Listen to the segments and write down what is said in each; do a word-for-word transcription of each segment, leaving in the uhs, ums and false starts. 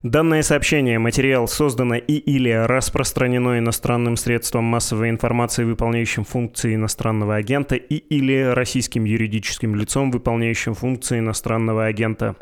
Данное сообщение, материал создано и или распространено иностранным средством массовой информации, выполняющим функции иностранного агента, и или российским юридическим лицом, выполняющим функции иностранного агента.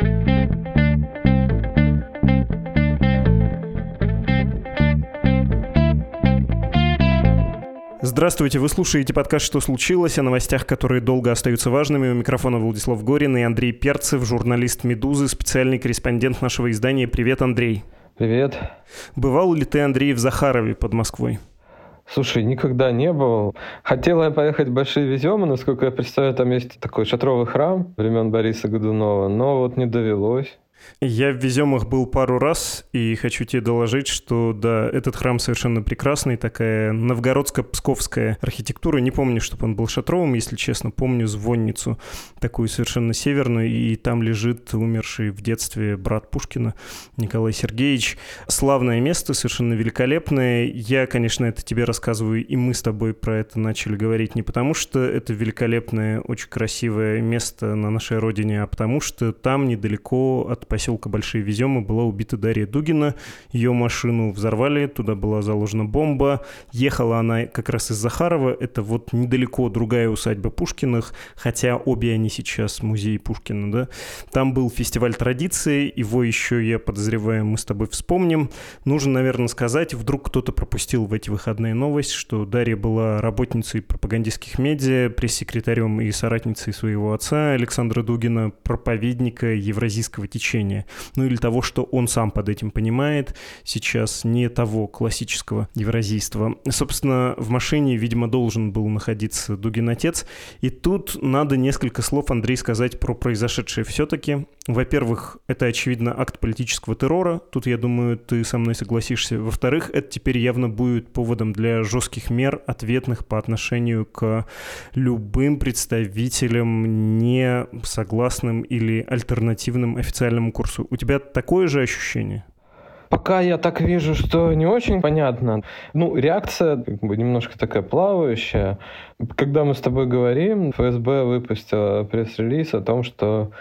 Здравствуйте, вы слушаете подкаст «Что случилось?», о новостях, которые долго остаются важными. У микрофона Владислав Горин и Андрей Перцев, журналист «Медузы», специальный корреспондент нашего издания. Привет, Андрей. Привет. Бывал ли ты, Андрей, в Захарове под Москвой? Слушай, никогда не был. Хотел я поехать в Большие Веземы, насколько я представляю, там есть такой шатровый храм времен Бориса Годунова, но вот не довелось. Я в Веземах был пару раз, и хочу тебе доложить, что да, этот храм совершенно прекрасный, такая новгородско-псковская архитектура. Не помню, чтобы он был шатровым, если честно. Помню звонницу, такую совершенно северную, и там лежит умерший в детстве брат Пушкина Николай Сергеевич. Славное место, совершенно великолепное. Я, конечно, это тебе рассказываю, и мы с тобой про это начали говорить не потому, что это великолепное, очень красивое место на нашей родине, а потому что там недалеко от поселка Большие Веземы была убита Дарья Дугина. Ее машину взорвали, туда была заложена бомба. Ехала она как раз из Захарова. Это вот недалеко другая усадьба Пушкиных, хотя обе они сейчас музей Пушкина, да. Там был фестиваль традиции, его еще, я подозреваю, мы с тобой вспомним. Нужно, наверное, сказать, вдруг кто-то пропустил в эти выходные новость, что Дарья была работницей пропагандистских медиа, пресс-секретарем и соратницей своего отца Александра Дугина, проповедника евразийского течения. Ну или того, что он сам под этим понимает, сейчас не того классического евразийства. Собственно, в машине, видимо, должен был находиться Дугин отец. И тут надо несколько слов, Андрей, сказать про произошедшее все-таки. Во-первых, это, очевидно, акт политического террора. Тут, я думаю, ты со мной согласишься. Во-вторых, это теперь явно будет поводом для жестких мер, ответных по отношению к любым представителям, не согласным или альтернативным официальному курсу. У тебя такое же ощущение? Пока я так вижу, что не очень понятно. Ну, реакция как бы немножко такая плавающая. Когда мы с тобой говорим, эф эс бэ выпустила пресс-релиз о том, что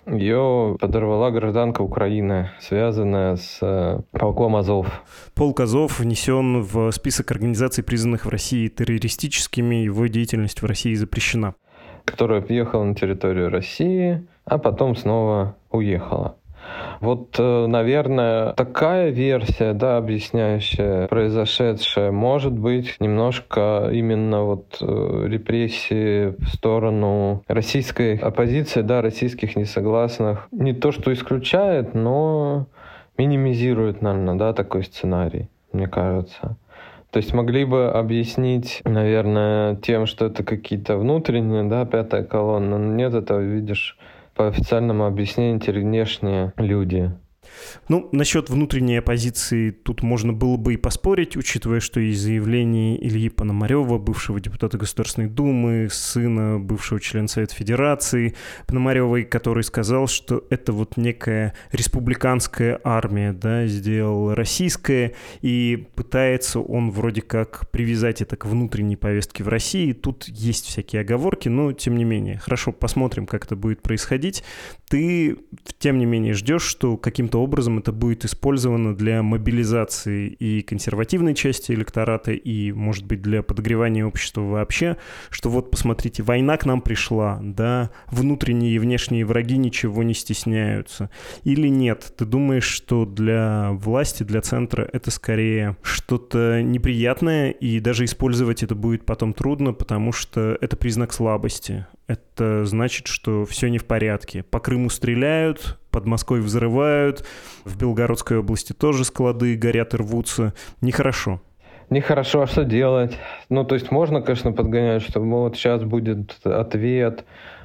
ее подорвала гражданка Украины, связанная с полком Азов. Полк Азов внесен в список организаций, признанных в России террористическими. Его деятельность в России запрещена. Которая въехала на территорию России, а потом снова уехала. Вот, наверное, такая версия, да, объясняющая произошедшее, может быть немножко именно вот репрессии в сторону российской оппозиции, да, российских несогласных. Не то, что исключает, но минимизирует, наверное, да, такой сценарий, мне кажется. То есть могли бы объяснить, наверное, тем, что это какие-то внутренние, да, пятая колонна, но нет, этого видишь по официальному объяснению теперь внешние люди. Ну, насчет внутренней оппозиции тут можно было бы и поспорить, учитывая, что из заявлений Ильи Пономарева, бывшего депутата Государственной Думы, сына бывшего члена Совета Федерации Пономаревой, который сказал, что это вот некая республиканская армия, да, сделала российская, и пытается он вроде как привязать это к внутренней повестке в России. Тут есть всякие оговорки, но тем не менее. Хорошо, посмотрим, как это будет происходить. Ты, тем не менее, ждешь, что каким-то образом это будет использовано для мобилизации и консервативной части электората, и, может быть, для подогревания общества вообще, что вот, посмотрите, война к нам пришла, да, внутренние и внешние враги ничего не стесняются. Или нет? Ты думаешь, что для власти, для центра это скорее что-то неприятное, и даже использовать это будет потом трудно, потому что это признак слабости. Это значит, что все не в порядке. По Крыму стреляют, под Москвой взрывают, в Белгородской области тоже склады горят и рвутся. Нехорошо. Нехорошо, а что делать? Ну, то есть можно, конечно, подгонять, что вот сейчас будет ответ.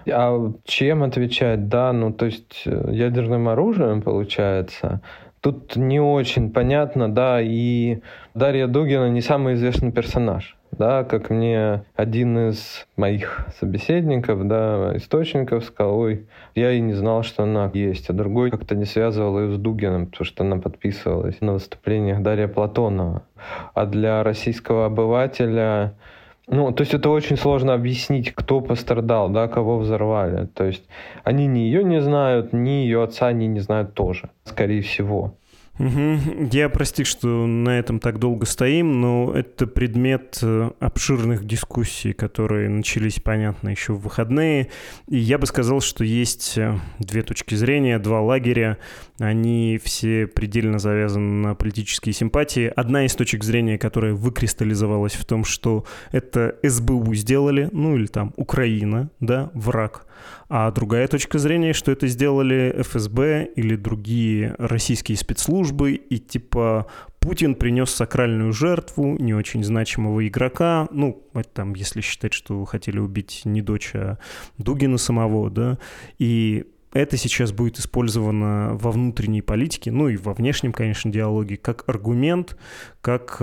А чем отвечать? Да, ну, то есть ядерным оружием, получается. Тут не очень понятно, да, и Дарья Дугина не самый известный персонаж. Да, как мне один из моих собеседников, да, источников сказал, ой, я и не знал, что она есть, а другой как-то не связывал ее с Дугиным, потому что она подписывалась на выступлениях Дарья Платонова. А для российского обывателя, ну, то есть это очень сложно объяснить, кто пострадал, да, кого взорвали. То есть они ни ее не знают, ни ее отца они не знают тоже, скорее всего. Угу. Я, прости, что на этом так долго стоим, но это предмет обширных дискуссий, которые начались, понятно, еще в выходные. И я бы сказал, что есть две точки зрения, два лагеря. Они все предельно завязаны на политические симпатии. Одна из точек зрения, которая выкристаллизовалась в том, что это эс бэ у сделали, ну или там Украина, да, враг. А другая точка зрения, что это сделали эф эс бэ или другие российские спецслужбы, и типа Путин принес сакральную жертву не очень значимого игрока, ну, это там, если считать, что хотели убить не дочь, а Дугина самого, да, и это сейчас будет использовано во внутренней политике, ну и во внешнем, конечно, диалоге, как аргумент, как...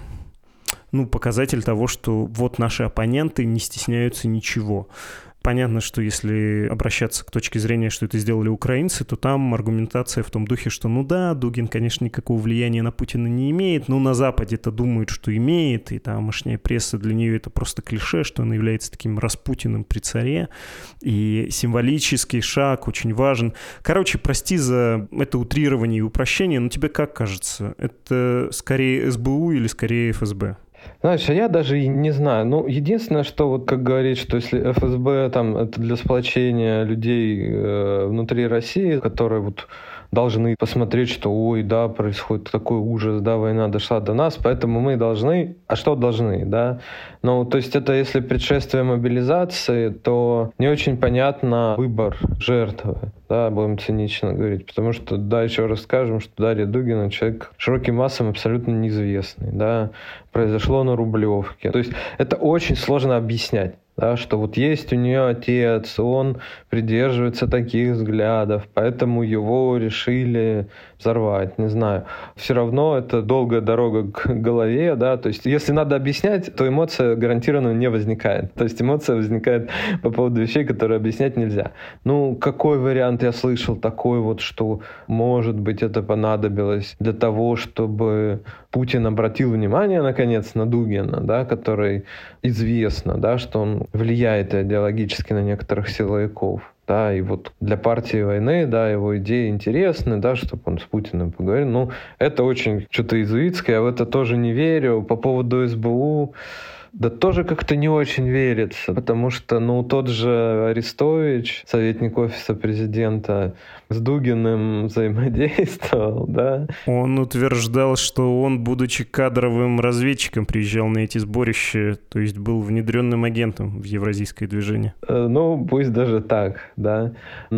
ну, показатель того, что вот наши оппоненты не стесняются ничего. Понятно, что если обращаться к точке зрения, что это сделали украинцы, то там аргументация в том духе, что ну да, Дугин, конечно, никакого влияния на Путина не имеет, но на Западе-то думают, что имеет, и тамошняя пресса для нее это просто клише, что он является таким Распутиным при царе, и символический шаг очень важен. Короче, прости за это утрирование и упрощение, но тебе как кажется, это скорее эс бэ у или скорее эф эс бэ? Знаешь, а я даже и не знаю. Ну, единственное, что вот как говорить, что если эф эс бэ там это для сплочения людей э, внутри России, которые вот должны посмотреть, что ой, да, происходит такой ужас, да, война дошла до нас, поэтому мы должны, а что должны, да? Ну, то есть это если предшествие мобилизации, то не очень понятно выбор жертвы, да, будем цинично говорить, потому что, да, еще раз скажем, что Дарья Дугина человек широким массам абсолютно неизвестный, да, произошло на Рублевке, то есть это очень сложно объяснять. Да, что вот есть у нее отец, он придерживается таких взглядов, поэтому его решили взорвать, не знаю. Все равно это долгая дорога к голове, да, то есть если надо объяснять, то эмоция гарантированно не возникает. То есть эмоция возникает по поводу вещей, которые объяснять нельзя. Ну, какой вариант я слышал такой вот, что, может быть, это понадобилось для того, чтобы Путин обратил внимание, наконец, на Дугина, да, который известно, да, что он влияет идеологически на некоторых силовиков. Да, и вот для партии войны, да, его идеи интересны, да, чтобы он с Путиным поговорил. Ну, это очень что-то иезуитское, я в это тоже не верю. По поводу эс бэ у, да тоже как-то не очень верится, потому что, ну, тот же Арестович, советник офиса президента, с Дугиным взаимодействовал, да. Он утверждал, что он, будучи кадровым разведчиком, приезжал на эти сборища, то есть был внедренным агентом в евразийское движение. Ну, пусть даже так, да.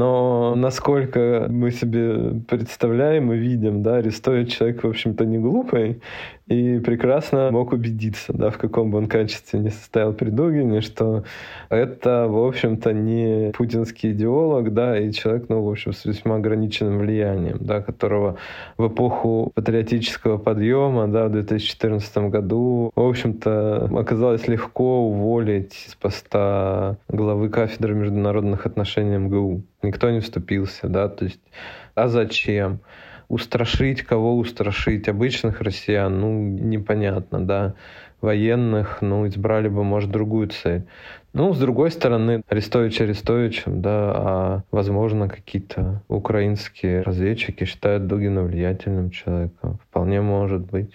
Но насколько мы себе представляем и видим, да, Арестович человек, в общем-то, не глупый, и прекрасно мог убедиться, да, в каком бы он качестве не состоял при Дугине, что это, в общем-то, не путинский идеолог, да, и человек, ну, в общем, с весьма ограниченным влиянием, да, которого в эпоху патриотического подъема, да, в две тысячи четырнадцатом году, в общем-то, оказалось легко уволить с поста главы кафедры международных отношений эм гэ у. Никто не вступился, да, то есть, а зачем? Устрашить, кого устрашить? Обычных россиян, ну, непонятно, да. Военных, ну, избрали бы, может, другую цель. Ну, с другой стороны, Арестович Арестовичем, да, а, возможно, какие-то украинские разведчики считают Дугина влиятельным человеком. Вполне может быть.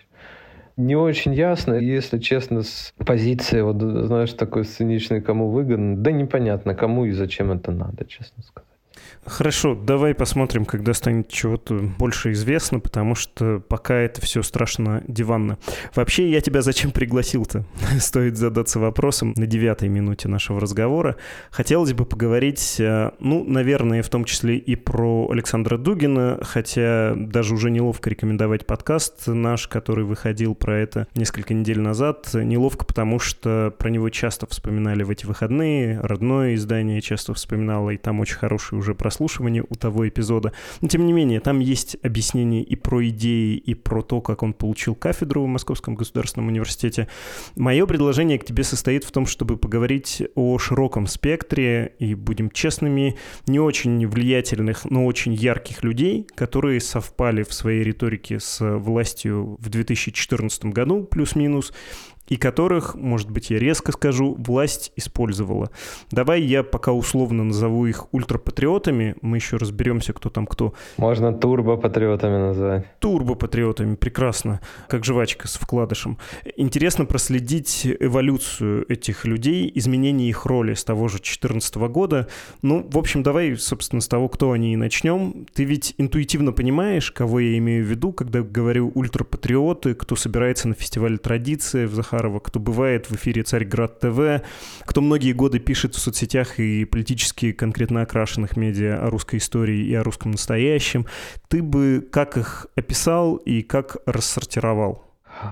Не очень ясно, если честно, с позиции, вот, знаешь, такой циничной, кому выгодно, да непонятно, кому и зачем это надо, честно сказать. Хорошо, давай посмотрим, когда станет чего-то больше известно, потому что пока это все страшно диванно. Вообще, я тебя зачем пригласил-то? Стоит задаться вопросом на девятой минуте нашего разговора. Хотелось бы поговорить, ну, наверное, в том числе и про Александра Дугина, хотя даже уже неловко рекомендовать подкаст наш, который выходил про это несколько недель назад. Неловко, потому что про него часто вспоминали в эти выходные, родное издание часто вспоминало, и там очень хороший уже прослушивание у того эпизода. Но, тем не менее, там есть объяснение и про идеи, и про то, как он получил кафедру в Московском государственном университете. Мое предложение к тебе состоит в том, чтобы поговорить о широком спектре и, будем честными, не очень влиятельных, но очень ярких людей, которые совпали в своей риторике с властью в две тысячи четырнадцатом году, плюс-минус, и которых, может быть, я резко скажу, власть использовала. Давай я пока условно назову их ультрапатриотами, мы еще разберемся, кто там кто. Можно турбопатриотами назвать. Турбопатриотами, прекрасно, как жвачка с вкладышем. Интересно проследить эволюцию этих людей, изменение их роли с того же две тысячи четырнадцатого года. Ну, в общем, давай, собственно, с того, кто они, и начнем. Ты ведь интуитивно понимаешь, кого я имею в виду, когда говорю ультрапатриоты, кто собирается на фестивале «Традиция» в Захарово, кто бывает в эфире «Царьград ТВ», кто многие годы пишет в соцсетях и политически конкретно окрашенных медиа о русской истории и о русском настоящем. Ты бы как их описал и как рассортировал?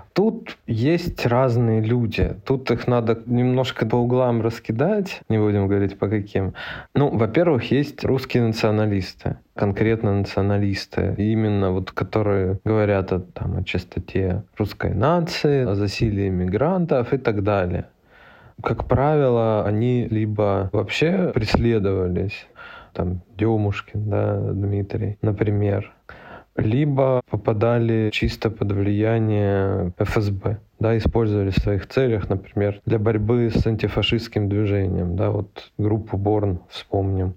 Тут есть разные люди. Тут их надо немножко по углам раскидать, не будем говорить по каким. Ну, во-первых, есть русские националисты, конкретно националисты, именно вот которые говорят о, там, о чистоте русской нации, о засилии мигрантов и так далее. Как правило, они либо вообще преследовались, там, Демушкин, да, Дмитрий, например, либо попадали чисто под влияние эф эс бэ, да, использовали в своих целях, например, для борьбы с антифашистским движением, да, вот группу Борн вспомним.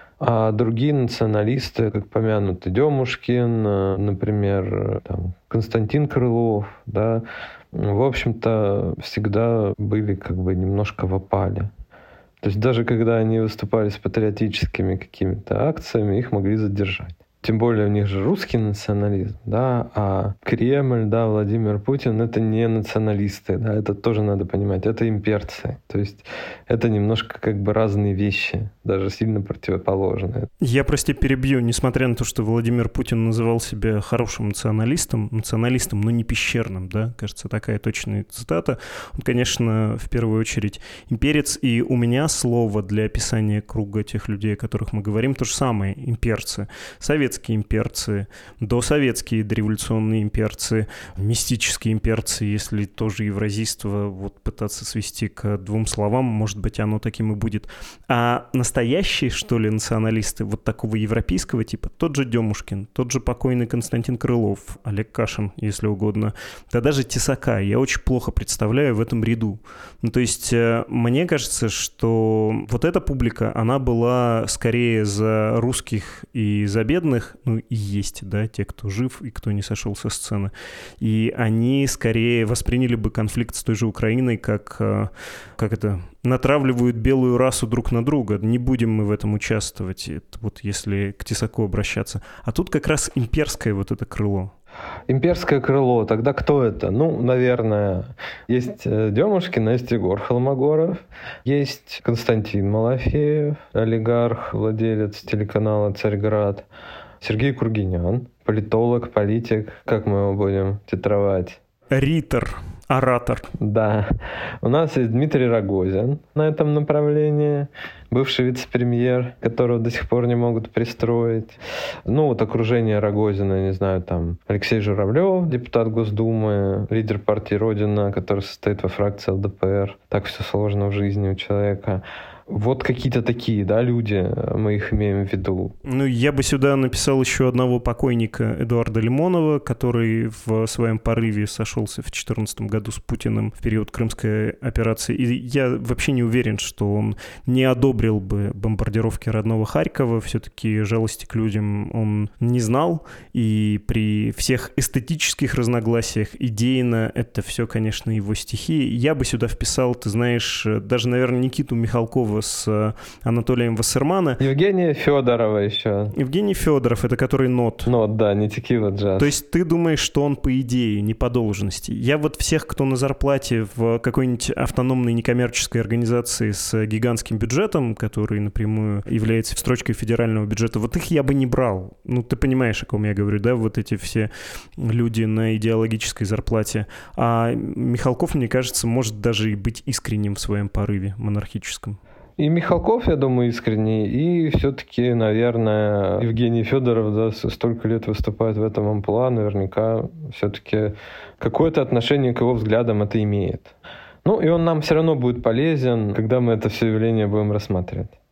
А другие националисты, как помянутый Демушкин, например, там, Константин Крылов, да, в общем-то, всегда были как бы немножко в опале. То есть даже когда они выступали с патриотическими какими-то акциями, их могли задержать. Тем более у них же русский национализм, да, а Кремль, да, Владимир Путин — это не националисты, да, это тоже надо понимать, это имперцы. То есть это немножко как бы разные вещи, даже сильно противоположные. Я, прости, перебью, несмотря на то, что Владимир Путин называл себя хорошим националистом, националистом, но не пещерным, да, кажется, такая точная цитата, он, конечно, в первую очередь имперец, и у меня слово для описания круга тех людей, о которых мы говорим, то же самое, имперцы. Советские имперцы, досоветские дореволюционные имперцы, мистические имперцы, если тоже евразийство вот пытаться свести к двум словам, может быть, оно таким и будет. А настоящие, что ли, националисты вот такого европейского типа, тот же Демушкин, тот же покойный Константин Крылов, Олег Кашин, если угодно, да даже Тесака, я очень плохо представляю в этом ряду. Ну, то есть мне кажется, что вот эта публика, она была скорее за русских и за бедных, ну и есть, да, те, кто жив и кто не сошел со сцены. И они скорее восприняли бы конфликт с той же Украиной как, как это, натравливают белую расу друг на друга. Не будем мы в этом участвовать, это вот если к Тесаку обращаться. А тут как раз имперское вот это крыло. Имперское крыло. Тогда кто это? Ну, наверное, есть Демушкин, есть Егор Холмогоров, есть Константин Малафеев, олигарх, владелец телеканала «Царьград», Сергей Кургинян, политолог, политик, как мы его будем титровать? Ритор, оратор. Да. У нас есть Дмитрий Рогозин на этом направлении, бывший вице-премьер, которого до сих пор не могут пристроить. Ну, вот окружение Рогозина, не знаю, там Алексей Журавлев, депутат Госдумы, лидер партии «Родина», который состоит во фракции эл дэ пэ эр. Так все сложно в жизни у человека. Вот какие-то такие, да, люди, мы их имеем в виду. Ну, я бы сюда написал еще одного покойника Эдуарда Лимонова, который в своем порыве сошелся в две тысячи четырнадцатом году с Путиным в период Крымской операции. И я вообще не уверен, что он не одобрил бы бомбардировки родного Харькова. Все-таки жалости к людям он не знал. И при всех эстетических разногласиях идейно это все, конечно, его стихи. Я бы сюда вписал, ты знаешь, даже, наверное, Никиту Михалкова с Анатолием Вассермана. Евгения Федорова еще. Евгений Федоров, это который нот. Нот, да, не текила джаз. То есть ты думаешь, что он по идее, не по должности. Я вот всех, кто на зарплате в какой-нибудь автономной некоммерческой организации с гигантским бюджетом, который напрямую является строчкой федерального бюджета, вот их я бы не брал. Ну, ты понимаешь, о ком я говорю, да? Вот эти все люди на идеологической зарплате. А Михалков, мне кажется, может даже и быть искренним в своем порыве монархическом. И Михалков, я думаю, искренний, и все-таки, наверное, Евгений Федоров, да, столько лет выступает в этом амплуа, наверняка все-таки какое-то отношение к его взглядам это имеет. Ну, и он нам все равно будет полезен, когда мы это все явление будем рассматривать.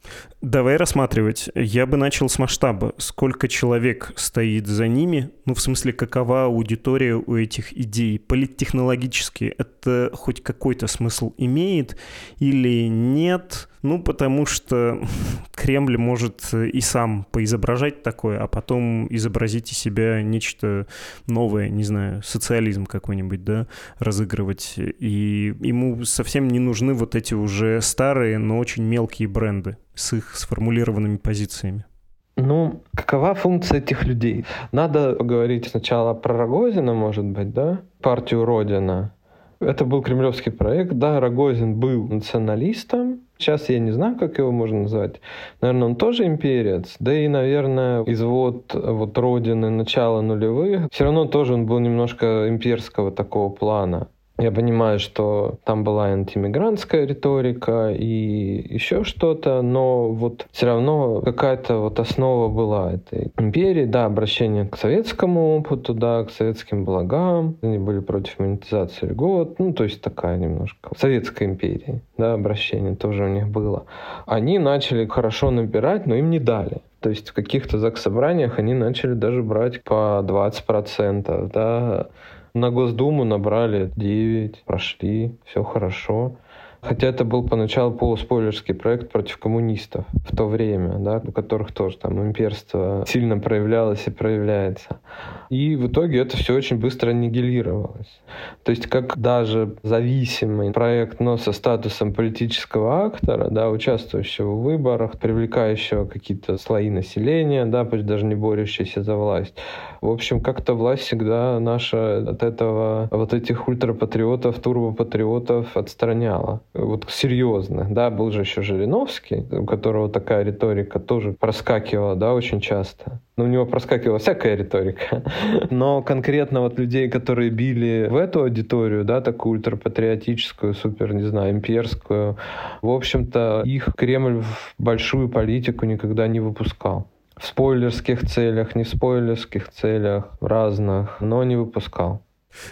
Давай рассматривать. Я бы начал с масштаба. Сколько человек стоит за ними? Ну, в смысле, какова аудитория у этих идей? Политтехнологически это хоть какой-то смысл имеет или нет? Ну, потому что Кремль может и сам поизображать такое, а потом изобразить из себя нечто новое, не знаю, социализм какой-нибудь, да, разыгрывать. И ему совсем не нужны вот эти уже старые, но очень мелкие бренды с их сформулированными позициями. Ну, какова функция этих людей? Надо поговорить сначала про Рогозина, может быть, да? Партию Родина. Это был кремлевский проект. Да, Рогозин был националистом. Сейчас я не знаю, как его можно назвать. Наверное, он тоже имперец. Да и, наверное, извод вот Родины начала нулевых. Все равно тоже он был немножко имперского такого плана. Я понимаю, что там была антимигрантская риторика и еще что-то, но вот все равно какая-то вот основа была этой империи, да, обращение к советскому опыту, да, к советским благам. Они были против монетизации льгот, ну, то есть такая немножко советская империя, да, обращение тоже у них было. Они начали хорошо набирать, но им не дали. То есть в каких-то заксобраниях они начали даже брать по двадцать процентов, да. На Госдуму набрали девять, прошли, все хорошо. Хотя это был поначалу полуспойлерский проект против коммунистов в то время, да, у которых тоже там имперство сильно проявлялось и проявляется. И в итоге это все очень быстро аннигилировалось. То есть как даже зависимый проект, но со статусом политического актора, да, участвующего в выборах, привлекающего какие-то слои населения, да, пусть даже не борющиеся за власть. В общем, как-то власть всегда наша от этого, вот этих ультрапатриотов, турбопатриотов отстраняла. Вот серьезно, да, был же еще Жириновский, у которого такая риторика тоже проскакивала, да, очень часто. Ну, у него проскакивала всякая риторика. Но конкретно вот людей, которые били в эту аудиторию, да, такую ультрапатриотическую, супер, не знаю, имперскую, в общем-то, их Кремль в большую политику никогда не выпускал. В спойлерских целях, не в спойлерских целях, разных, но не выпускал.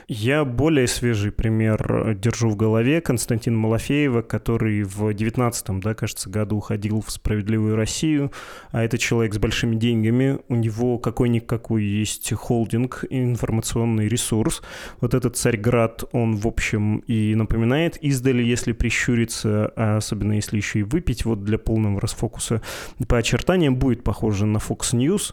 Я более свежий пример держу в голове Константина Малафеева, который в девятнадцатом, да, кажется, году уходил в «Справедливую Россию», а это человек с большими деньгами, у него какой-никакой есть холдинг, информационный ресурс. Вот этот Царьград, он, в общем, и напоминает издали, если прищуриться, а особенно если еще и выпить, вот для полного расфокуса, по очертаниям будет похоже на Fox News.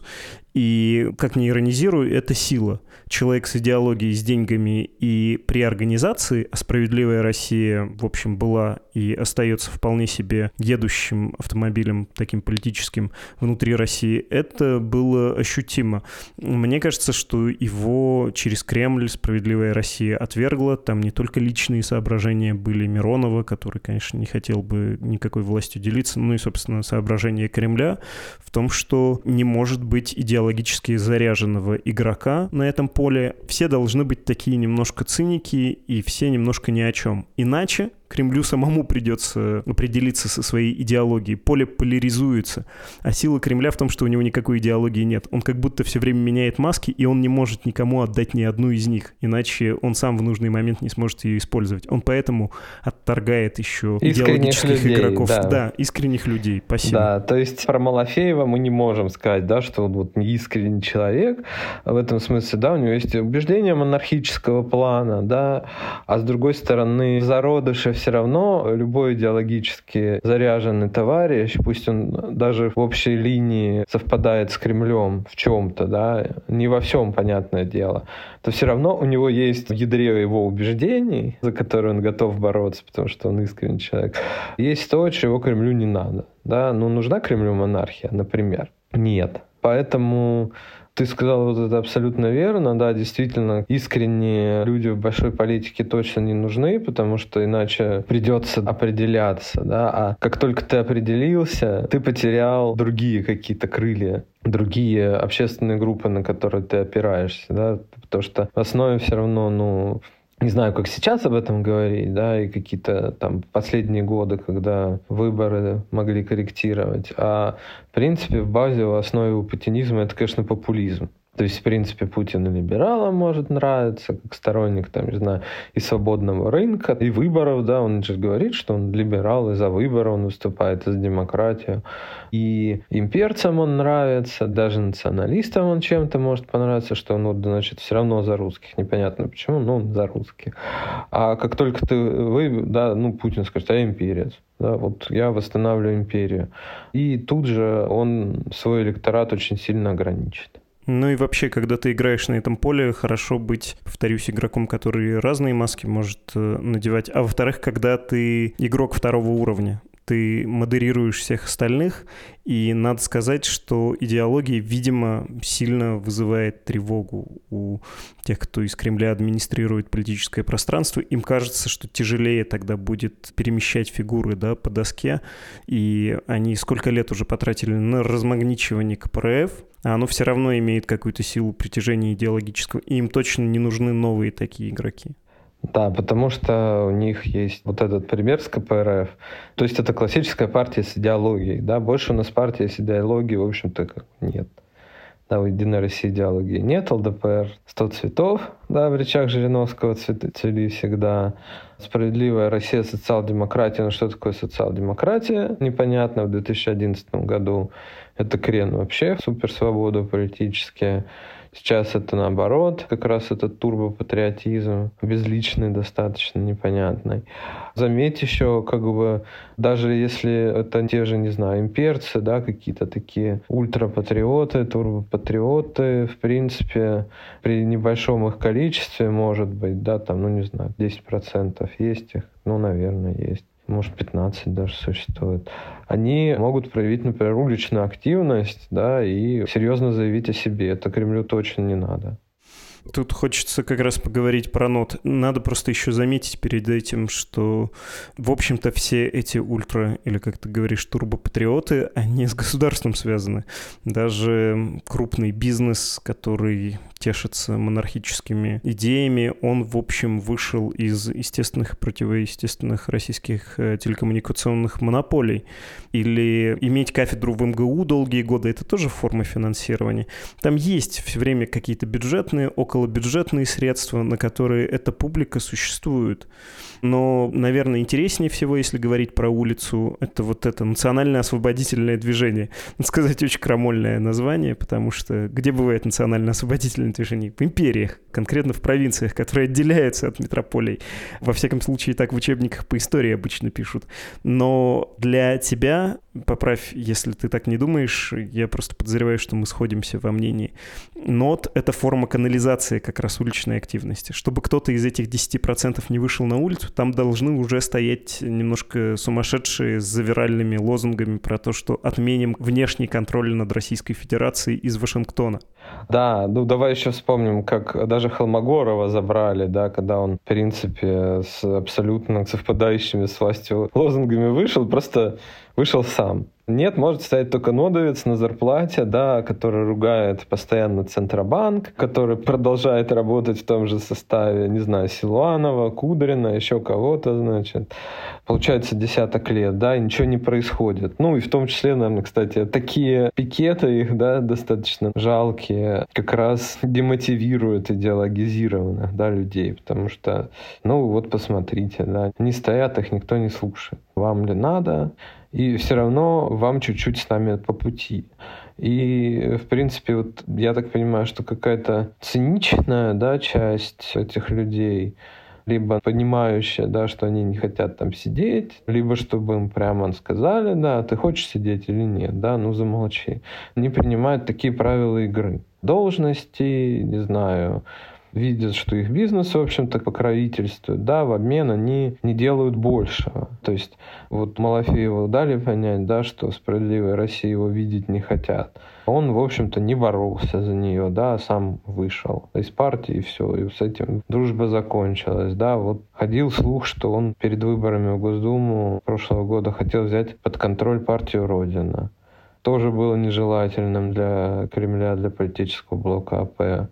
И, как ни иронизирую, это сила. Человек с идеологией, с деньгами и при организации, а «Справедливая Россия», в общем, была и остается вполне себе едущим автомобилем таким политическим внутри России, это было ощутимо. Мне кажется, что его через Кремль «Справедливая Россия» отвергла. Там не только личные соображения были Миронова, который, конечно, не хотел бы никакой властью делиться, ну и, собственно, соображения Кремля в том, что не может быть идеологически заряженного игрока на этом поле. Все должны быть такие немножко циники и все немножко ни о чем. Иначе Кремлю самому придется определиться со своей идеологией. Поле поляризуется. А сила Кремля в том, что у него никакой идеологии нет. Он как будто все время меняет маски, и он не может никому отдать ни одну из них. Иначе он сам в нужный момент не сможет ее использовать. Он поэтому отторгает еще искренних идеологических людей, игроков. Да. да, искренних людей. Спасибо. Да, то есть про Малафеева мы не можем сказать, да, что он вот не искренний человек. В этом смысле, да, у него есть убеждения монархического плана, да, а с другой стороны, зародыши все равно любой идеологически заряженный товарищ, пусть он даже в общей линии совпадает с Кремлем в чем-то, да, не во всем, понятное дело, то все равно у него есть в ядре его убеждений, за которые он готов бороться, потому что он искренний человек, есть то, чего Кремлю не надо. Да? Ну, нужна Кремлю монархия, например? Нет. Поэтому ты сказал вот это абсолютно верно, да, действительно, искренние люди в большой политике точно не нужны, потому что иначе придется определяться, да, а как только ты определился, ты потерял другие какие-то крылья, другие общественные группы, на которые ты опираешься, да, потому что в основе все равно, ну, не знаю, как сейчас об этом говорить, да, и какие-то там последние годы, когда выборы могли корректировать. А в принципе в базе, в основе у путинизма это, конечно, популизм. То есть, в принципе, Путин и либералам может нравиться, как сторонник, там, не знаю, и свободного рынка, и выборов, да, он же говорит, что он либерал, и за выборы он выступает, и за демократию. И имперцам он нравится, даже националистам он чем-то может понравиться, что он, вот, значит, все равно за русских. Непонятно почему, но он за русских. А как только ты, вы, да, ну, Путин скажет, а я имперец. Да, вот я восстанавливаю империю. И тут же он свой электорат очень сильно ограничит. Ну и вообще, когда ты играешь на этом поле, хорошо быть, повторюсь, игроком, который разные маски может надевать. А во-вторых, когда ты игрок второго уровня, ты модерируешь всех остальных, и надо сказать, что идеология, видимо, сильно вызывает тревогу у тех, кто из Кремля администрирует политическое пространство. Им кажется, что тяжелее тогда будет перемещать фигуры, да, по доске, и они сколько лет уже потратили на размагничивание ка пэ эр эф, а оно все равно имеет какую-то силу притяжения идеологического, и им точно не нужны новые такие игроки. Да, потому что у них есть вот этот пример с ка пэ эр эф. То есть это классическая партия с идеологией. Да? Больше у нас партия с идеологией, в общем-то, как нет. Да, у Единой России идеологии нет, эл дэ пэ эр сто цветов, да, в речах Жириновского цвели всегда. Справедливая Россия, социал-демократия. Ну что такое социал-демократия? Непонятно в две тысячи одиннадцатом году. Это крен вообще в суперсвободу политические. Сейчас это наоборот, как раз этот турбопатриотизм, безличный, достаточно непонятный. Заметь еще, как бы, даже если это те же, не знаю, имперцы, да, какие-то такие ультрапатриоты, турбопатриоты, в принципе, при небольшом их количестве, может быть, да, там, ну, не знаю, десять процентов есть их, ну, наверное, есть. Может, пятнадцать даже существует. Они могут проявить, например, уличную активность, да, и серьезно заявить о себе. Это Кремлю точно не надо. Тут хочется как раз поговорить про НОТ. Надо просто еще заметить перед этим, что, в общем-то, все эти ультра, или, как ты говоришь, турбопатриоты, они с государством связаны. Даже крупный бизнес, который тешится монархическими идеями, он, в общем, вышел из естественных и противоестественных российских телекоммуникационных монополий. Или иметь кафедру в эм гэ у долгие годы — это тоже форма финансирования. Там есть все время какие-то бюджетные, околобюджетные средства, на которые эта публика существует. Но, наверное, интереснее всего, если говорить про улицу, это вот это национальное освободительное движение. Надо сказать, очень крамольное название, потому что где бывает национальное освободительное движение? В империях, конкретно в провинциях, которые отделяются от метрополий. Во всяком случае, так в учебниках по истории обычно пишут. Но для тебя, поправь, если ты так не думаешь, я просто подозреваю, что мы сходимся во мнении. НОТ — это форма канализации как раз уличной активности. Чтобы кто-то из этих десять процентов не вышел на улицу, там должны уже стоять немножко сумасшедшие с завиральными лозунгами про то, что отменим внешний контроль над Российской Федерацией из Вашингтона. Да, ну давай еще вспомним, как даже Холмогорова забрали, да, когда он, в принципе, с абсолютно совпадающими с властью лозунгами вышел, просто вышел сам. Нет, может стоять только нодовец на зарплате, да, который ругает постоянно Центробанк, который продолжает работать в том же составе, не знаю, Силуанова, Кудрина, еще кого-то, значит. Получается, десяток лет, да, и ничего не происходит. Ну, и в том числе, наверное, кстати, такие пикеты их, да, достаточно жалкие, как раз демотивируют идеологизированных, да, людей, потому что, ну, вот посмотрите, да, не стоят, их никто не слушает. Вам ли надо? И все равно вам чуть-чуть с нами по пути. И, в принципе, вот я так понимаю, что какая-то циничная, да, часть этих людей, либо понимающая, да, что они не хотят там сидеть, либо чтобы им прямо сказали, да, ты хочешь сидеть или нет, да, ну замолчи. Они принимают такие правила игры. Должности, не знаю, видят, что их бизнес, в общем-то, покровительствует, да, в обмен они не делают большего. То есть вот Малафееву дали понять, да, что справедливая Россия его видеть не хотят. Он, в общем-то, не боролся за нее, да, а сам вышел из партии, и все, и с этим дружба закончилась, да. Вот ходил слух, что он перед выборами в Госдуму прошлого года хотел взять под контроль партию «Родина». Тоже было нежелательным для Кремля, для политического блока АП.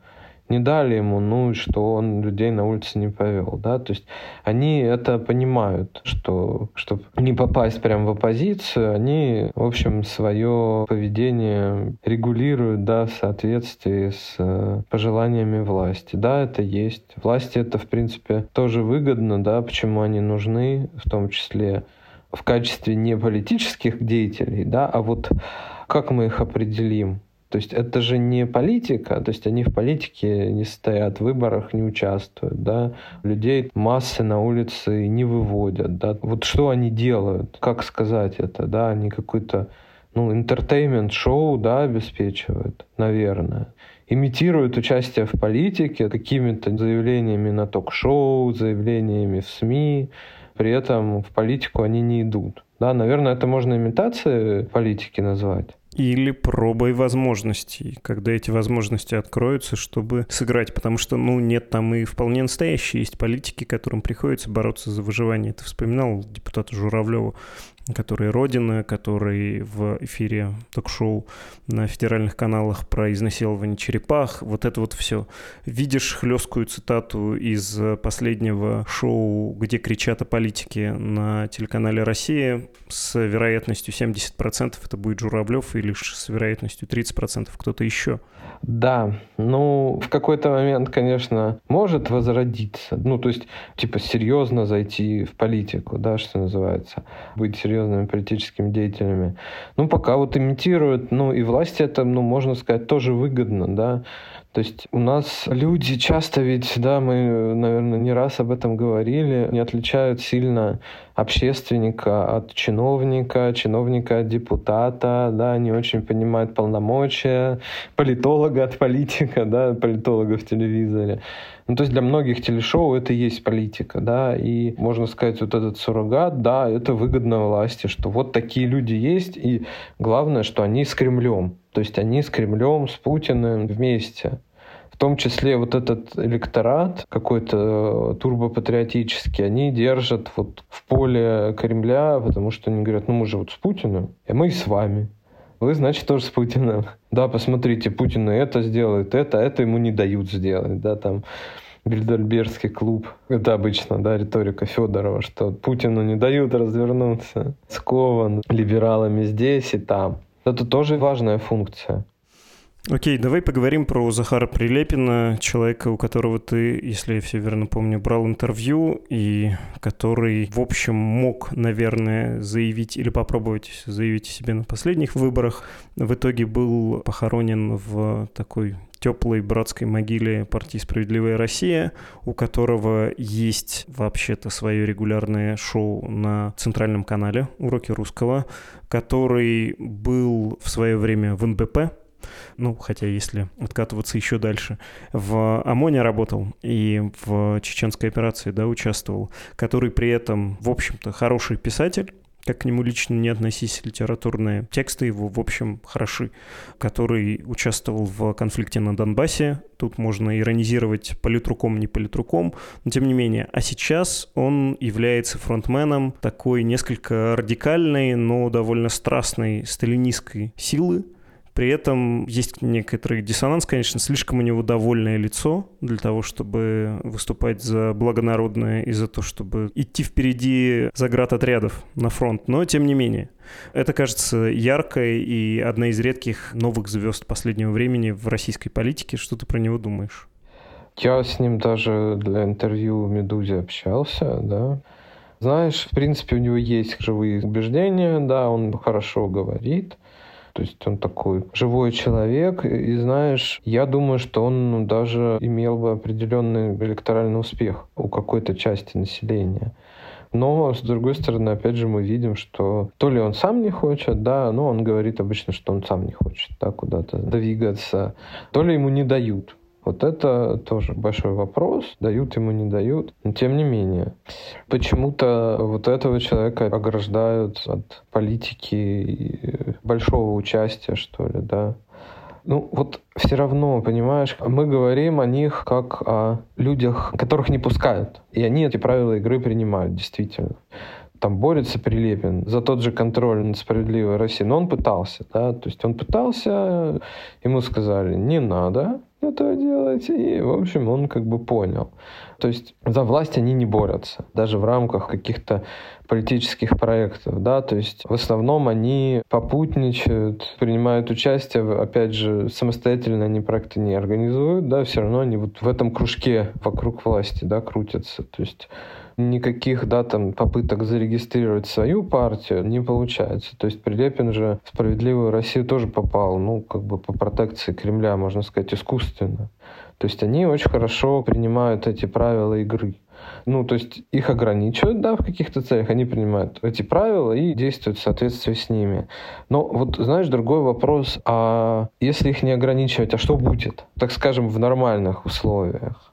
не дали ему, ну и что он людей на улице не повел, да, то есть они это понимают, что чтобы не попасть прямо в оппозицию, они, в общем, свое поведение регулируют, да, в соответствии с пожеланиями власти. Да, это есть. Власти это, в принципе, тоже выгодно, да, почему они нужны, в том числе в качестве не политических деятелей, да, а вот как мы их определим? То есть это же не политика, то есть они в политике не стоят, в выборах не участвуют, да, людей массы на улице не выводят, да. Вот что они делают, как сказать это, да, они какой-то, ну, entertainment-шоу, да, обеспечивают, наверное. Имитируют участие в политике какими-то заявлениями на ток-шоу, заявлениями в СМИ, при этом в политику они не идут. Да, наверное, это можно имитацией политики назвать. Или пробой возможностей, когда эти возможности откроются, чтобы сыграть. Потому что, ну, нет, там и вполне настоящие есть политики, которым приходится бороться за выживание. Ты вспоминал депутата Журавлева, который «Родина», который в эфире ток-шоу на федеральных каналах про изнасилование черепах. Вот это вот все. Видишь хлесткую цитату из последнего шоу, где кричат о политике на телеканале «Россия», с вероятностью семьдесят процентов это будет Журавлев, и лишь с вероятностью тридцать процентов кто-то еще. Да, ну, в какой-то момент, конечно, может возродиться. Ну, то есть, типа, серьезно зайти в политику, да, что называется, быть серьезными политическими деятелями. Ну, пока вот имитируют, ну, и власти это, ну, можно сказать, тоже выгодно, да. То есть у нас люди часто ведь, да, мы, наверное, не раз об этом говорили, не отличают сильно общественника от чиновника, чиновника от депутата, да, не очень понимают полномочия, политолога от политика, да, политолога в телевизоре. Ну, то есть для многих телешоу это и есть политика, да, и можно сказать, вот этот суррогат, да, это выгодно власти, что вот такие люди есть, и главное, что они с Кремлем, то есть они с Кремлем, с Путиным вместе. В том числе вот этот электорат какой-то турбопатриотический, они держат вот в поле Кремля, потому что они говорят, ну мы же вот с Путиным, и мы и с вами. Вы, значит, тоже с Путиным. Да, посмотрите, Путин это сделает, это, это ему не дают сделать, да, там Бильдербергский клуб. Это обычно, да, риторика Федорова, что Путину не дают развернуться, скован либералами здесь и там. Это тоже важная функция. Окей, давай поговорим про Захара Прилепина, человека, у которого ты, если я все верно помню, брал интервью, и который, в общем, мог, наверное, заявить или попробовать заявить о себе на последних выборах. В итоге был похоронен в такой теплой братской могиле партии «Справедливая Россия», у которого есть вообще-то свое регулярное шоу на центральном канале «Уроки русского», который был в свое время в эн бэ пэ, ну, хотя если откатываться еще дальше, в ОМОНе работал и в чеченской операции, да, участвовал, который при этом, в общем-то, хороший писатель, как к нему лично не относись, литературные тексты его, в общем, хороши, который участвовал в конфликте на Донбассе. Тут можно иронизировать политруком, не политруком, но тем не менее. А сейчас он является фронтменом такой несколько радикальной, но довольно страстной сталинистской силы. При этом есть некоторый диссонанс, конечно, слишком у него довольное лицо для того, чтобы выступать за благонародное и за то, чтобы идти впереди заградотрядов на фронт. Но тем не менее, это кажется яркой и одна из редких новых звезд последнего времени в российской политике. Что ты про него думаешь? Я с ним даже для интервью в «Медузе» общался, да. Знаешь, в принципе, у него есть живые убеждения, да, он хорошо говорит. То есть он такой живой человек, и знаешь, я думаю, что он ну, даже имел бы определенный электоральный успех у какой-то части населения. Но, с другой стороны, опять же, мы видим, что то ли он сам не хочет, да, но он говорит обычно, что он сам не хочет да, куда-то двигаться, то ли ему не дают. Вот это тоже большой вопрос, дают ему, не дают. Но тем не менее, почему-то вот этого человека ограждают от политики и большого участия, что ли, да. Ну вот все равно, понимаешь, мы говорим о них как о людях, которых не пускают. И они эти правила игры принимают, действительно. Там борется Прилепин за тот же контроль над «Справедливой Россией». Но он пытался, да, то есть он пытался, ему сказали, не надо, этого делать. И, в общем, он как бы понял. То есть за власть они не борются, даже в рамках каких-то политических проектов, да, то есть в основном они попутничают, принимают участие, опять же, самостоятельно они проекты не организуют, да, все равно они вот в этом кружке вокруг власти, да, крутятся, то есть никаких, да, там, попыток зарегистрировать свою партию не получается. То есть Прилепин же в «Справедливую Россию» тоже попал, ну, как бы по протекции Кремля, можно сказать, искусственно. То есть они очень хорошо принимают эти правила игры. Ну, то есть их ограничивают, да, в каких-то целях, они принимают эти правила и действуют в соответствии с ними. Но вот, знаешь, другой вопрос, а если их не ограничивать, а что будет, так скажем, в нормальных условиях?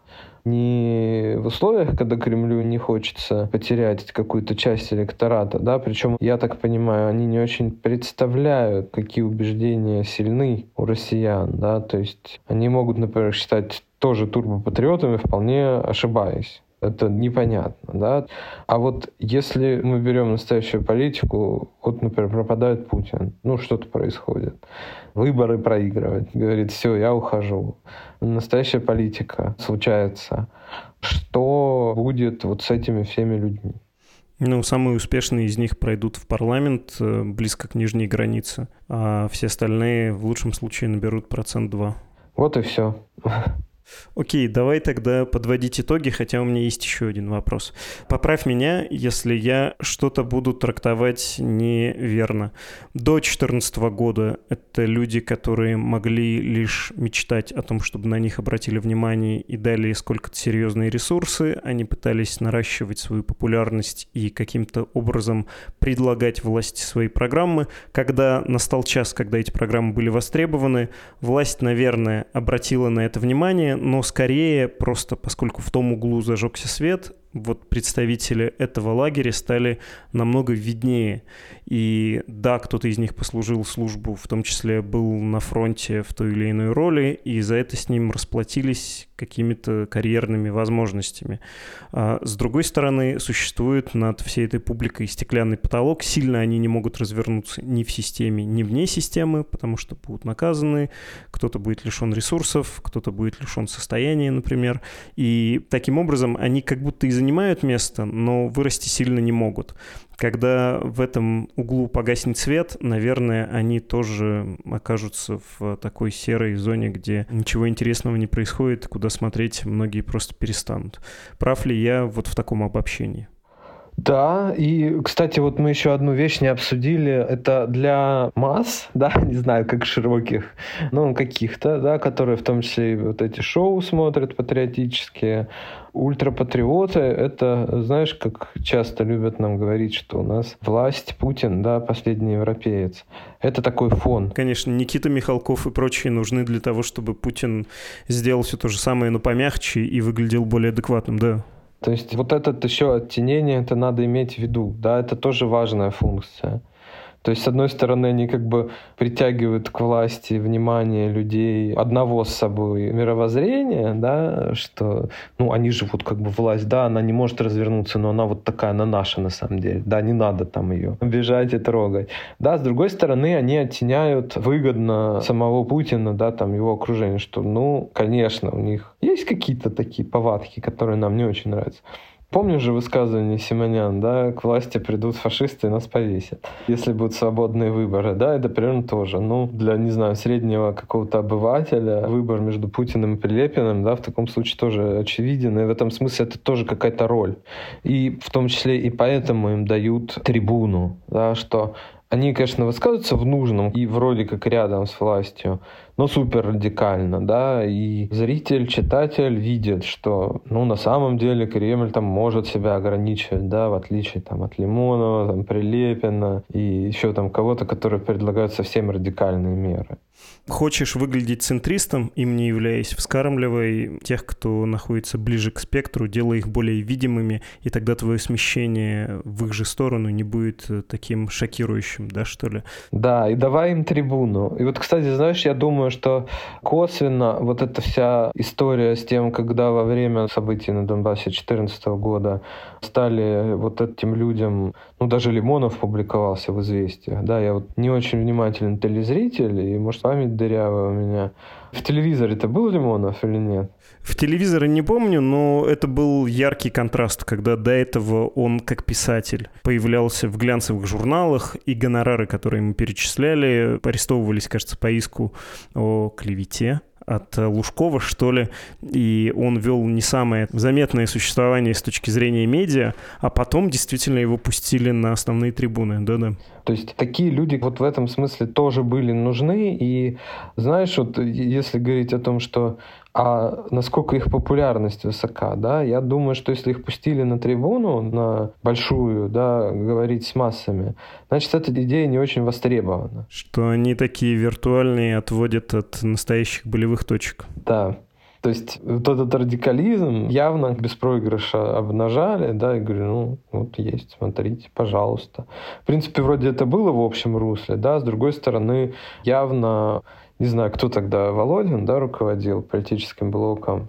Не в условиях, когда Кремлю не хочется потерять какую-то часть электората, да, причем, я так понимаю, они не очень представляют, какие убеждения сильны у россиян, да, то есть они могут, например, считать тоже турбопатриотами, вполне ошибаясь. Это непонятно, да. А вот если мы берем настоящую политику, вот, например, пропадает Путин, ну, что-то происходит, выборы проигрывает, говорит, все, я ухожу. Настоящая политика случается. Что будет вот с этими всеми людьми? Ну, самые успешные из них пройдут в парламент близко к нижней границе, а все остальные в лучшем случае наберут процент два. Вот и все. Окей, давай тогда подводить итоги, хотя у меня есть еще один вопрос. Поправь меня, если я что-то буду трактовать неверно. До две тысячи четырнадцатого года это люди, которые могли лишь мечтать о том, чтобы на них обратили внимание и дали сколько-то серьезные ресурсы. Они пытались наращивать свою популярность и каким-то образом предлагать власти свои программы. Когда настал час, когда эти программы были востребованы, власть, наверное, обратила на это внимание, но скорее просто поскольку в том углу зажегся свет, вот представители этого лагеря стали намного виднее. И да, кто-то из них послужил службу, в том числе был на фронте в той или иной роли, и за это с ним расплатились какими-то карьерными возможностями. А с другой стороны, существует над всей этой публикой стеклянный потолок. Сильно они не могут развернуться ни в системе, ни вне системы, потому что будут наказаны, кто-то будет лишен ресурсов, кто-то будет лишен состояния, например. И таким образом они как будто и занимают место, но вырасти сильно не могут. Когда в этом углу погаснет свет, наверное, они тоже окажутся в такой серой зоне, где ничего интересного не происходит, куда смотреть многие просто перестанут. Прав ли я вот в таком обобщении? Да, и, кстати, вот мы еще одну вещь не обсудили. Это для масс, да, не знаю, как широких, но каких-то, да, которые в том числе и вот эти шоу смотрят патриотические. Ультрапатриоты — это, знаешь, как часто любят нам говорить, что у нас власть, Путин, да, последний европеец. Это такой фон. Конечно, Никита Михалков и прочие нужны для того, чтобы Путин сделал все то же самое, но помягче и выглядел более адекватным, да. То есть вот это еще оттенение, это надо иметь в виду, да, это тоже важная функция. То есть, с одной стороны, они как бы притягивают к власти внимание людей одного с собой мировоззрения, да, что, ну, они живут как бы власть, да, она не может развернуться, но она вот такая, она наша на самом деле, да, не надо там ее обижать и трогать. Да, с другой стороны, они оттеняют выгодно самого Путина, да, там его окружение, что, ну, конечно, у них есть какие-то такие повадки, которые нам не очень нравятся. Помнишь же высказывание Симонян, да, к власти придут фашисты и нас повесят, если будут свободные выборы, да, это примерно тоже. Ну, для, не знаю, среднего какого-то обывателя выбор между Путиным и Прилепиным, да, в таком случае тоже очевиден, и в этом смысле это тоже какая-то роль. И в том числе и поэтому им дают трибуну, да, что они, конечно, высказываются в нужном и вроде как рядом с властью, но супер радикально, да, и зритель, читатель видит, что, ну, на самом деле Кремль там может себя ограничивать, да, в отличие там от Лимонова, там, Прилепина и еще там кого-то, которые предлагают совсем радикальные меры. Хочешь выглядеть центристом, им не являясь, вскармливай тех, кто находится ближе к спектру, делай их более видимыми, и тогда твое смещение в их же сторону не будет таким шокирующим, да, что ли? Да, и давай им трибуну. И вот, кстати, знаешь, я думаю, что косвенно вот эта вся история с тем, когда во время событий на Донбассе две тысячи четырнадцатого года стали вот этим людям, ну, даже Лимонов публиковался в «Известиях», да, я вот не очень внимательный телезритель, и, может, память дырявая у меня, В телевизоре-то был Лимонов или нет? В телевизоре не помню, но это был яркий контраст, когда до этого он, как писатель, появлялся в глянцевых журналах, и гонорары, которые ему перечисляли, арестовывались, кажется, по иску о клевете от Лужкова, что ли, и он вел не самое заметное существование с точки зрения медиа, а потом действительно его пустили на основные трибуны, да-да. То есть такие люди вот в этом смысле тоже были нужны, и знаешь, вот если говорить о том, что а насколько их популярность высока, да, я думаю, что если их пустили на трибуну, на большую, да, говорить с массами, значит, эта идея не очень востребована. Что они такие виртуальные, отводят от настоящих болевых точек. Да. То есть вот этот радикализм явно без проигрыша обнажали, да, и говорю, ну, вот есть, смотрите, пожалуйста. В принципе, вроде это было в общем русле, да, с другой стороны, явно, не знаю, кто тогда, Володин, да, руководил политическим блоком,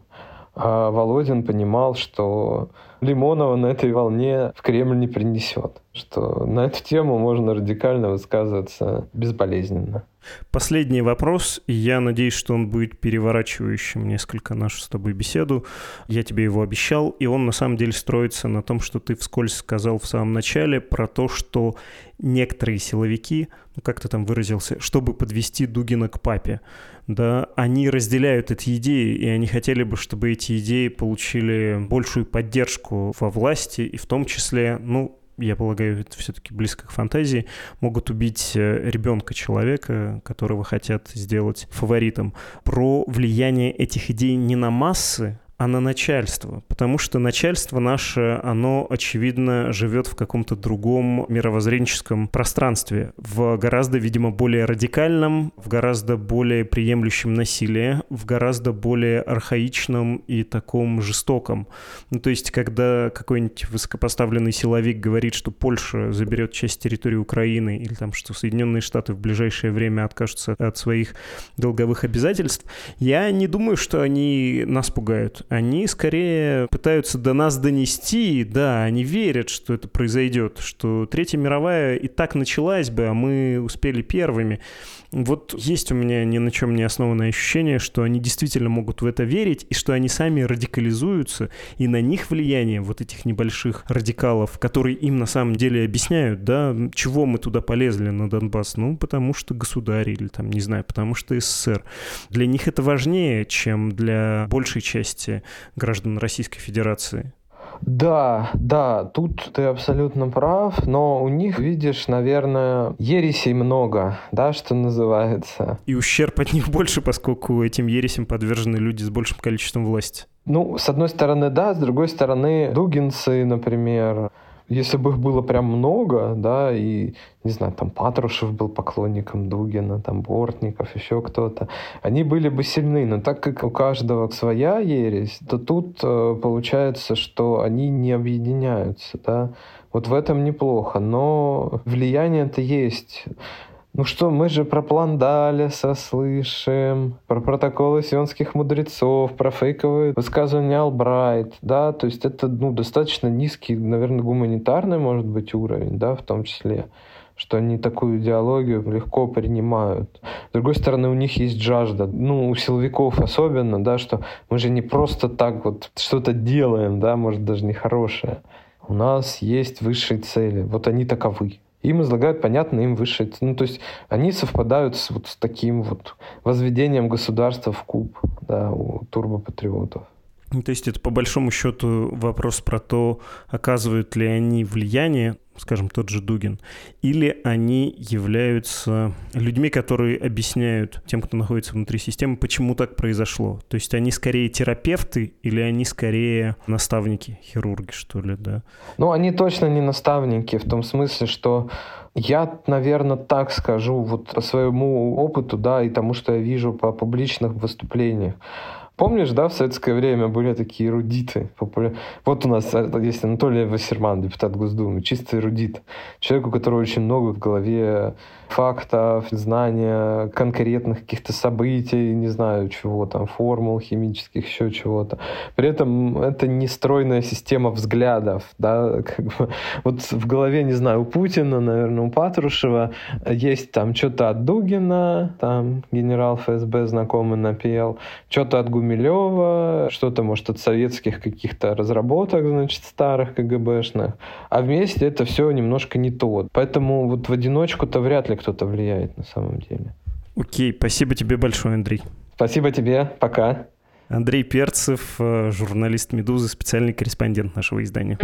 а Володин понимал, что Лимонова на этой волне в Кремль не принесет, что на эту тему можно радикально высказываться безболезненно. Последний вопрос, и я надеюсь, что он будет переворачивающим несколько нашу с тобой беседу. Я тебе его обещал, и он на самом деле строится на том, что ты вскользь сказал в самом начале про то, что некоторые силовики, ну как ты там выразился, чтобы подвести Дугина к папе, да, они разделяют эти идеи, и они хотели бы, чтобы эти идеи получили большую поддержку во власти, и в том числе, ну, я полагаю, это все-таки близко к фантазии, могут убить ребенка человека, которого хотят сделать фаворитом. Про влияние этих идей не на массы, а на начальство. Потому что начальство наше, оно, очевидно, живет в каком-то другом мировоззренческом пространстве, в гораздо, видимо, более радикальном, в гораздо более приемлющем насилие, в гораздо более архаичном и таком жестоком. Ну, то есть, когда какой-нибудь высокопоставленный силовик говорит, что Польша заберет часть территории Украины, или там, что Соединенные Штаты в ближайшее время откажутся от своих долговых обязательств, я не думаю, что они нас пугают. Они скорее пытаются до нас донести, да, они верят, что это произойдет, что Третья мировая и так началась бы, а мы успели первыми. Вот есть у меня ни на чем не основанное ощущение, что они действительно могут в это верить, и что они сами радикализуются, и на них влияние вот этих небольших радикалов, которые им на самом деле объясняют, да, чего мы туда полезли на Донбасс, ну, потому что государь, или там, не знаю, потому что СССР. Для них это важнее, чем для большей части граждан Российской Федерации. Да, да, тут ты абсолютно прав, но у них, видишь, наверное, ересей много, да, что называется. И ущерб от них больше, поскольку этим ересям подвержены люди с большим количеством власти. Ну, с одной стороны, да, с другой стороны, дугинцы, например, если бы их было прям много, да, и, не знаю, там Патрушев был поклонником Дугина, там Бортников, еще кто-то, они были бы сильны, но так как у каждого своя ересь, то тут э, получается, что они не объединяются, да. Вот в этом неплохо, но влияние-то есть. Ну что, мы же про план Далеса слышим, про протоколы сионских мудрецов, про фейковые высказывания Албрайт, да, то есть это, ну, достаточно низкий, наверное, гуманитарный, может быть, уровень, да, в том числе, что они такую идеологию легко принимают. С другой стороны, у них есть жажда, ну, у силовиков особенно, да, что мы же не просто так вот что-то делаем, да, может, даже не хорошее. У нас есть высшие цели, вот они таковы. Им излагают, понятно, им высшие... Ну, то есть они совпадают с, вот, с таким вот возведением государства в куб, да, у турбопатриотов. То есть это по большому счету вопрос про то, оказывают ли они влияние, скажем, тот же Дугин, или они являются людьми, которые объясняют тем, кто находится внутри системы, почему так произошло. То есть они скорее терапевты или они скорее наставники, хирурги, что ли, да? Ну, они точно не наставники в том смысле, что я, наверное, так скажу вот по своему опыту, да, и тому, что я вижу по публичных выступлениях. Помнишь, да, в советское время были такие эрудиты? Популя... Вот у нас есть Анатолий Вассерман, депутат Госдумы, чистый эрудит. Человек, у которого очень много в голове фактов, знания конкретных каких-то событий, не знаю чего там, формул химических, еще чего-то. При этом это не стройная система взглядов, да, как бы, вот в голове, не знаю, у Путина, наверное, у Патрушева есть там что-то от Дугина, там генерал эф эс бэ знакомый напел, что-то от Гумилева, что-то, может, от советских каких-то разработок, значит, старых ка гэ бэшных, а вместе это все немножко не то. Поэтому вот в одиночку-то вряд ли кто-то влияет на самом деле. Окей, спасибо тебе большое, Андрей. Спасибо тебе, пока. Андрей Перцев, журналист «Медузы», специальный корреспондент нашего издания.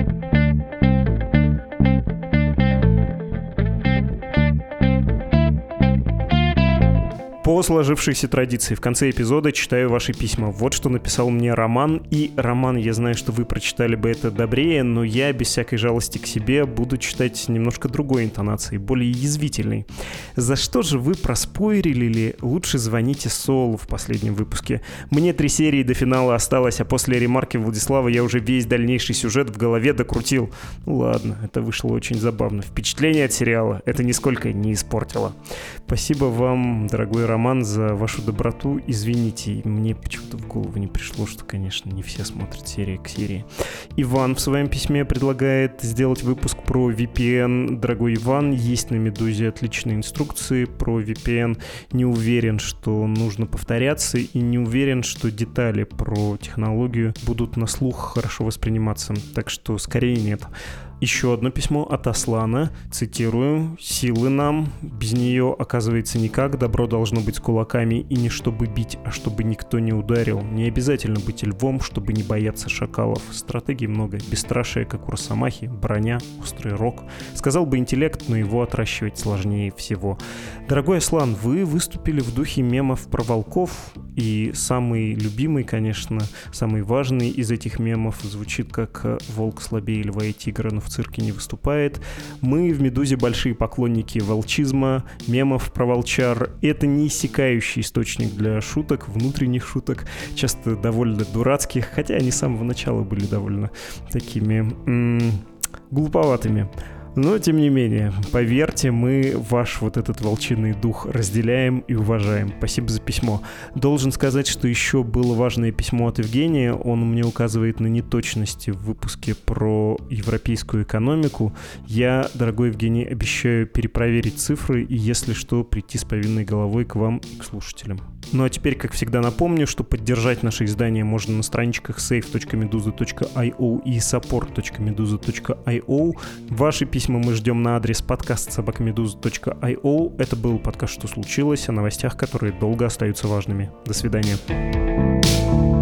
По сложившейся традиции в конце эпизода читаю ваши письма. Вот что написал мне Роман. И, Роман, я знаю, что вы прочитали бы это добрее, но я без всякой жалости к себе буду читать немножко другой интонацией, более язвительной. За что же вы проспойлерили «Лучше звоните Солу» в последнем выпуске? Мне три серии до финала осталось, а после ремарки Владислава я уже весь дальнейший сюжет в голове докрутил. Ну ладно, это вышло очень забавно. Впечатление от сериала это нисколько не испортило. Спасибо вам, дорогой Роман, за вашу доброту. Извините, мне почему-то в голову не пришло, что, конечно, не все смотрят серия к серии. Иван в своем письме предлагает сделать выпуск про ви пи эн. Дорогой Иван, есть на «Медузе» отличные инструкции про ви пи эн. Не уверен, что нужно повторяться, и не уверен, что детали про технологию будут на слух хорошо восприниматься. Так что скорее нет. Еще одно письмо от Аслана, цитирую: «Силы нам, без нее, оказывается, никак, добро должно быть с кулаками, и не чтобы бить, а чтобы никто не ударил. Не обязательно быть львом, чтобы не бояться шакалов. Стратегий много, бесстрашие, как у росомахи, броня, острый рог. Сказал бы интеллект, но его отращивать сложнее всего». Дорогой Аслан, вы выступили в духе мемов про волков, и самый любимый, конечно, самый важный из этих мемов звучит как «Волк слабее льва и тигра, но в цирке не выступает». Мы в «Медузе» большие поклонники волчизма, мемов про волчар. Это неиссякающий источник для шуток, внутренних шуток, часто довольно дурацких, хотя они с самого начала были довольно такими м- глуповатыми. Но, тем не менее, поверьте, мы ваш вот этот волчиный дух разделяем и уважаем. Спасибо за письмо. Должен сказать, что еще было важное письмо от Евгения. Он мне указывает на неточности в выпуске про европейскую экономику. Я, дорогой Евгений, обещаю перепроверить цифры и, если что, прийти с повинной головой к вам и к слушателям. Ну а теперь, как всегда, напомню, что поддержать наше издание можно на страничках сейв точка медуза точка ай о и саппорт точка медуза точка ай о. Ваши письма мы ждем на адрес подкаст собака медуза точка ай о. Это был подкаст «Что случилось?» о новостях, которые долго остаются важными. До свидания.